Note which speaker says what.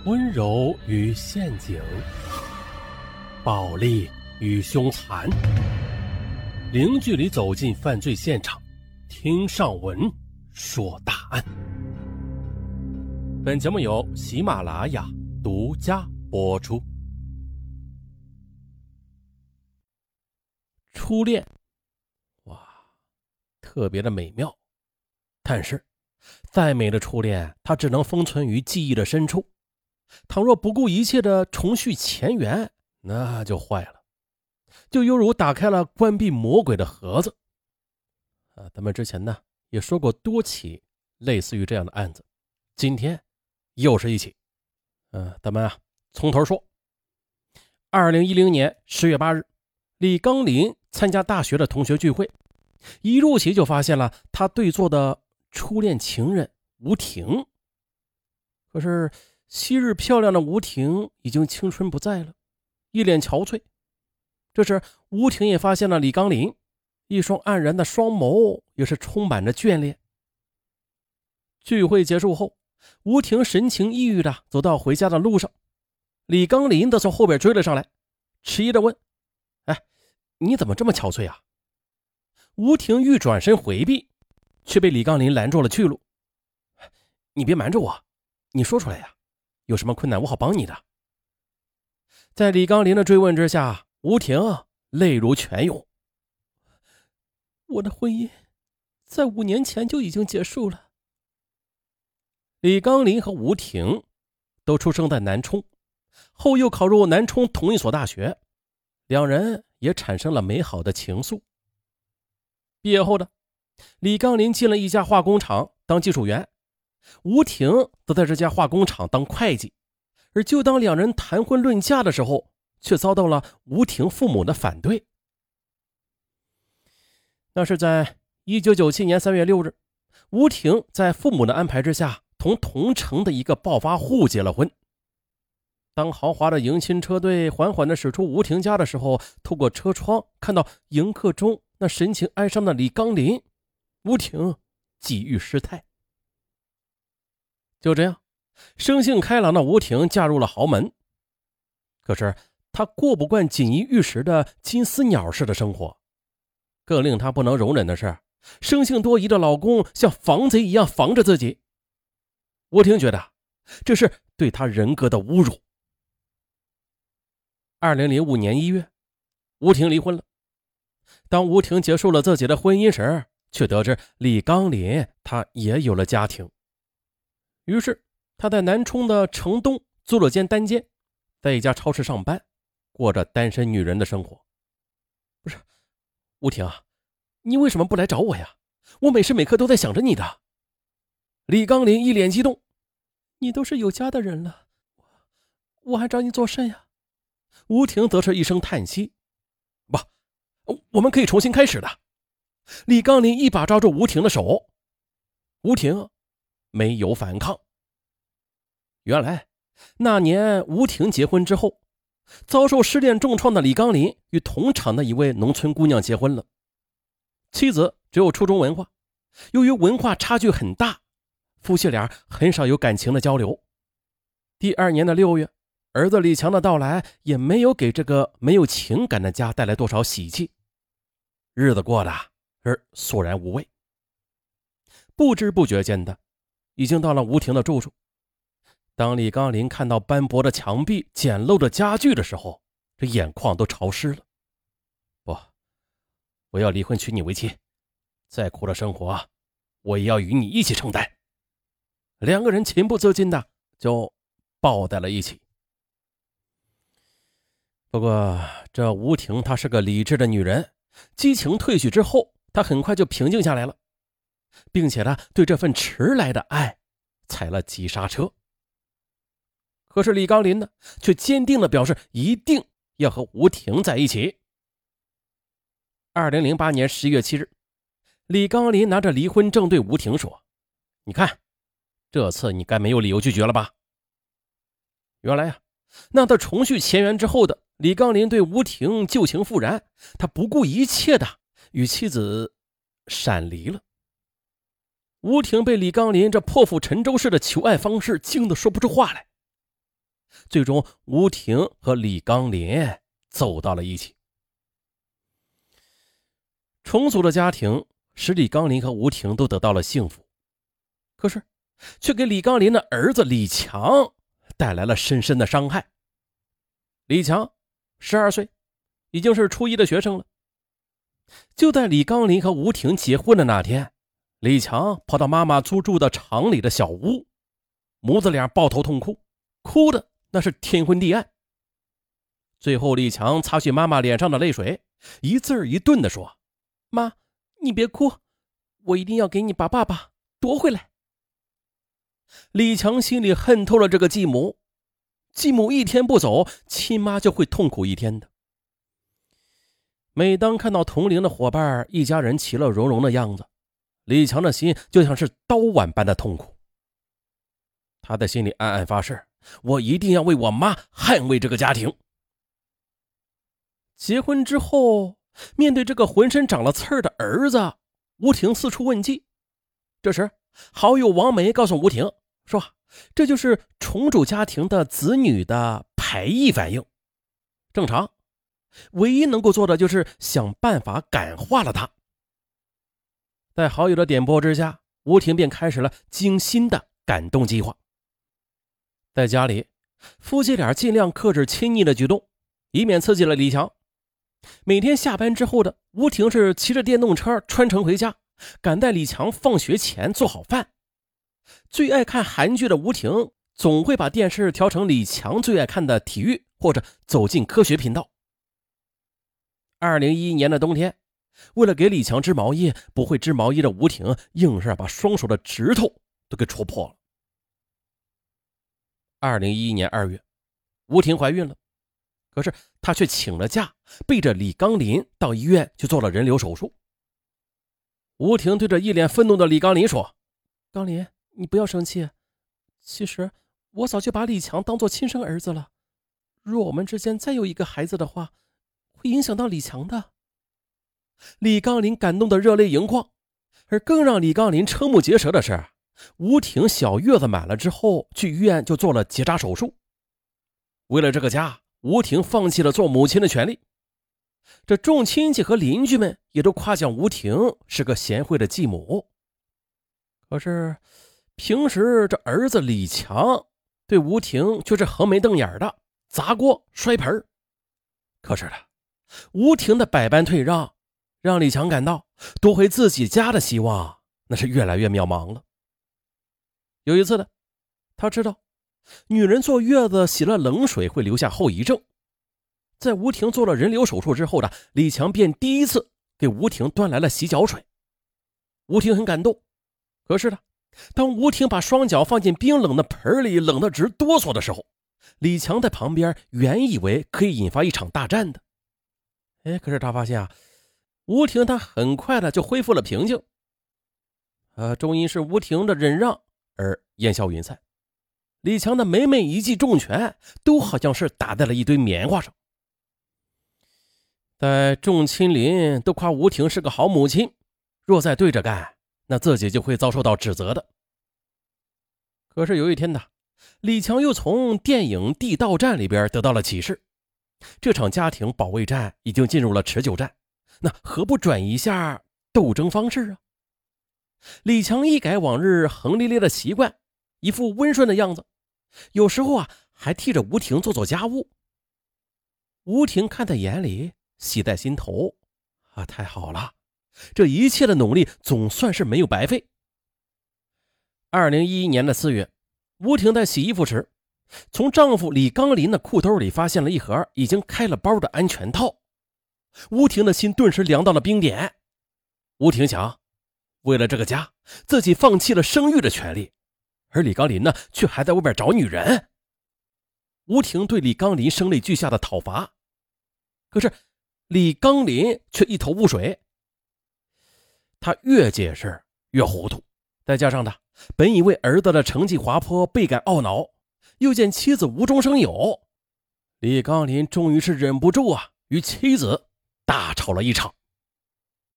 Speaker 1: 温柔与陷阱，暴力与凶残，零距离走进犯罪现场，听上文说大案。本节目由喜马拉雅独家播出。初恋，哇，特别的美妙。但是再美的初恋，它只能封存于记忆的深处。倘若不顾一切的重续前缘，那就坏了，就犹如打开了关闭魔鬼的盒子。咱们之前呢也说过多起类似于这样的案子，今天又是一起。咱们从头说。2010年10月8日，李刚林参加大学的同学聚会，一入席就发现了他对坐的初恋情人吴婷。可是昔日漂亮的吴婷已经青春不在了，一脸憔悴。这时吴婷也发现了李刚林，一双黯然的双眸也是充满着眷恋。聚会结束后，吴婷神情抑郁的走到回家的路上，李刚林则从后边追了上来，迟疑的问：你怎么这么憔悴啊？吴婷欲转身回避，却被李刚林拦住了去路。你别瞒着我，你说出来呀，有什么困难我好帮你的。在李刚林的追问之下，吴婷泪如泉涌。我的婚姻在5年前就已经结束了。李刚林和吴婷都出生在南充，后又考入南充同一所大学，两人也产生了美好的情愫。毕业后的李刚林进了一家化工厂当技术员，吴婷则在这家化工厂当会计。而就当两人谈婚论嫁的时候，却遭到了吴婷父母的反对。那是在1997年3月6日，吴婷在父母的安排之下，同同城的一个暴发户结了婚。当豪华的迎亲车队缓缓地驶出吴婷家的时候，透过车窗看到迎客中那神情哀伤的李刚林，吴婷几欲失态。就这样，生性开朗的吴婷嫁入了豪门。可是她过不惯锦衣玉食的金丝鸟式的生活，更令她不能容忍的是，生性多疑的老公像防贼一样防着自己。吴婷觉得这是对她人格的侮辱。2005年1月，吴婷离婚了。当吴婷结束了自己的婚姻时，却得知李刚林他也有了家庭。于是他在南充的城东租了间单间，在一家超市上班，过着单身女人的生活。不是，吴婷你为什么不来找我呀？我每时每刻都在想着你的。李刚林一脸激动，你都是有家的人了，我还找你做甚呀？吴婷则是一声叹息，不，我们可以重新开始的。李刚林一把抓住吴婷的手，吴婷没有反抗。原来那年吴婷结婚之后，遭受失恋重创的李刚林与同厂的一位农村姑娘结婚了。妻子只有初中文化，由于文化差距很大，夫妻俩很少有感情的交流。第2年的6月，儿子李强的到来也没有给这个没有情感的家带来多少喜气，日子过得是索然无味。不知不觉间的，已经到了吴婷的住处。当李刚林看到斑驳的墙壁、简陋的家具的时候，这眼眶都潮湿了。不，我要离婚娶你为妻，再苦的生活我也要与你一起承担。两个人情不自禁的就抱在了一起。不过这吴婷她是个理智的女人，激情褪去之后，她很快就平静下来了，并且呢，对这份迟来的爱踩了急刹车。可是李刚林呢，却坚定地表示一定要和吴婷在一起。2008年11月7日，李刚林拿着离婚证对吴婷说：你看，这次你该没有理由拒绝了吧？原来那在重续前缘之后的李刚林对吴婷旧情复燃，他不顾一切的与妻子闪离了。吴婷被李刚林这破釜沉舟式的求爱方式惊得说不出话来。 最终吴婷和李刚林走到了一起。重组的家庭使李刚林和吴婷都得到了幸福，可是却给李刚林的儿子李强带来了深深的伤害。李强12岁，已经是初一的学生了。就在李刚林和吴婷结婚的那天，李强跑到妈妈租住的厂里的小屋，母子俩抱头痛哭，哭的那是天昏地暗。最后李强擦去妈妈脸上的泪水，一字一顿地说：妈，你别哭，我一定要给你把爸爸夺回来。李强心里恨透了这个继母，继母一天不走，亲妈就会痛苦一天的。每当看到同龄的伙伴一家人其乐融融的样子，李强的心就像是刀剜般的痛苦。他的心里暗暗发誓，我一定要为我妈捍卫这个家庭。结婚之后，面对这个浑身长了刺儿的儿子，吴婷四处问计。这时好友王梅告诉吴婷说，这就是重组家庭的子女的排异反应，正常，唯一能够做的就是想办法感化了他。在好友的点拨之下，吴婷便开始了精心的感动计划。在家里，夫妻俩尽量克制亲昵的举动，以免刺激了李强。每天下班之后的吴婷是骑着电动车穿城回家，赶在李强放学前做好饭。最爱看韩剧的吴婷总会把电视调成李强最爱看的体育或者走进科学频道。2011年的冬天，为了给李强织毛衣，不会织毛衣的吴婷硬是把双手的指头都给戳破了。2011年2月，吴婷怀孕了，可是她却请了假，背着李刚林到医院去做了人流手术。吴婷对着一脸愤怒的李刚林说：刚林，你不要生气，其实我早就把李强当作亲生儿子了，若我们之间再有一个孩子的话，会影响到李强的。李刚林感动得热泪盈眶，而更让李刚林瞠目结舌的是，吴婷小月子满了之后，去医院就做了结扎手术。为了这个家，吴婷放弃了做母亲的权利。这众亲戚和邻居们也都夸奖吴婷是个贤惠的继母。可是平时这儿子李强对吴婷却是横眉瞪眼的，砸锅摔盆。可是吴婷的百般退让，让李强感到夺回自己家的希望那是越来越渺茫了。有一次呢，他知道女人坐月子洗了冷水会留下后遗症。在吴婷做了人流手术之后呢，李强便第一次给吴婷端来了洗脚水。吴婷很感动，可是呢，当吴婷把双脚放进冰冷的盆里，冷得直哆嗦的时候，李强在旁边原以为可以引发一场大战的。可是他发现吴婷她很快的就恢复了平静。终因是吴婷的忍让而烟消云散。李强的每一记重拳都好像是打在了一堆棉花上。在众亲邻都夸吴婷是个好母亲，若再对着干，那自己就会遭受到指责的。可是有一天呢，李强又从电影《地道战》里边得到了启示，这场家庭保卫战已经进入了持久战，那何不转移一下斗争方式啊？李强一改往日横咧咧的习惯，一副温顺的样子，有时候还替着吴婷做家务。吴婷看在眼里，喜在心头，太好了，这一切的努力总算是没有白费。2011年的4月，吴婷在洗衣服时，从丈夫李刚林的裤兜里发现了一盒已经开了包的安全套。吴婷的心顿时凉到了冰点。吴婷想，为了这个家，自己放弃了生育的权利，而李刚林呢，却还在外边找女人。吴婷对李刚林声泪俱下的讨伐，可是李刚林却一头雾水。他越解释越糊涂，再加上他本以为儿子的成绩滑坡倍感懊恼，又见妻子无中生有，李刚林终于是忍不住与妻子大吵了一场。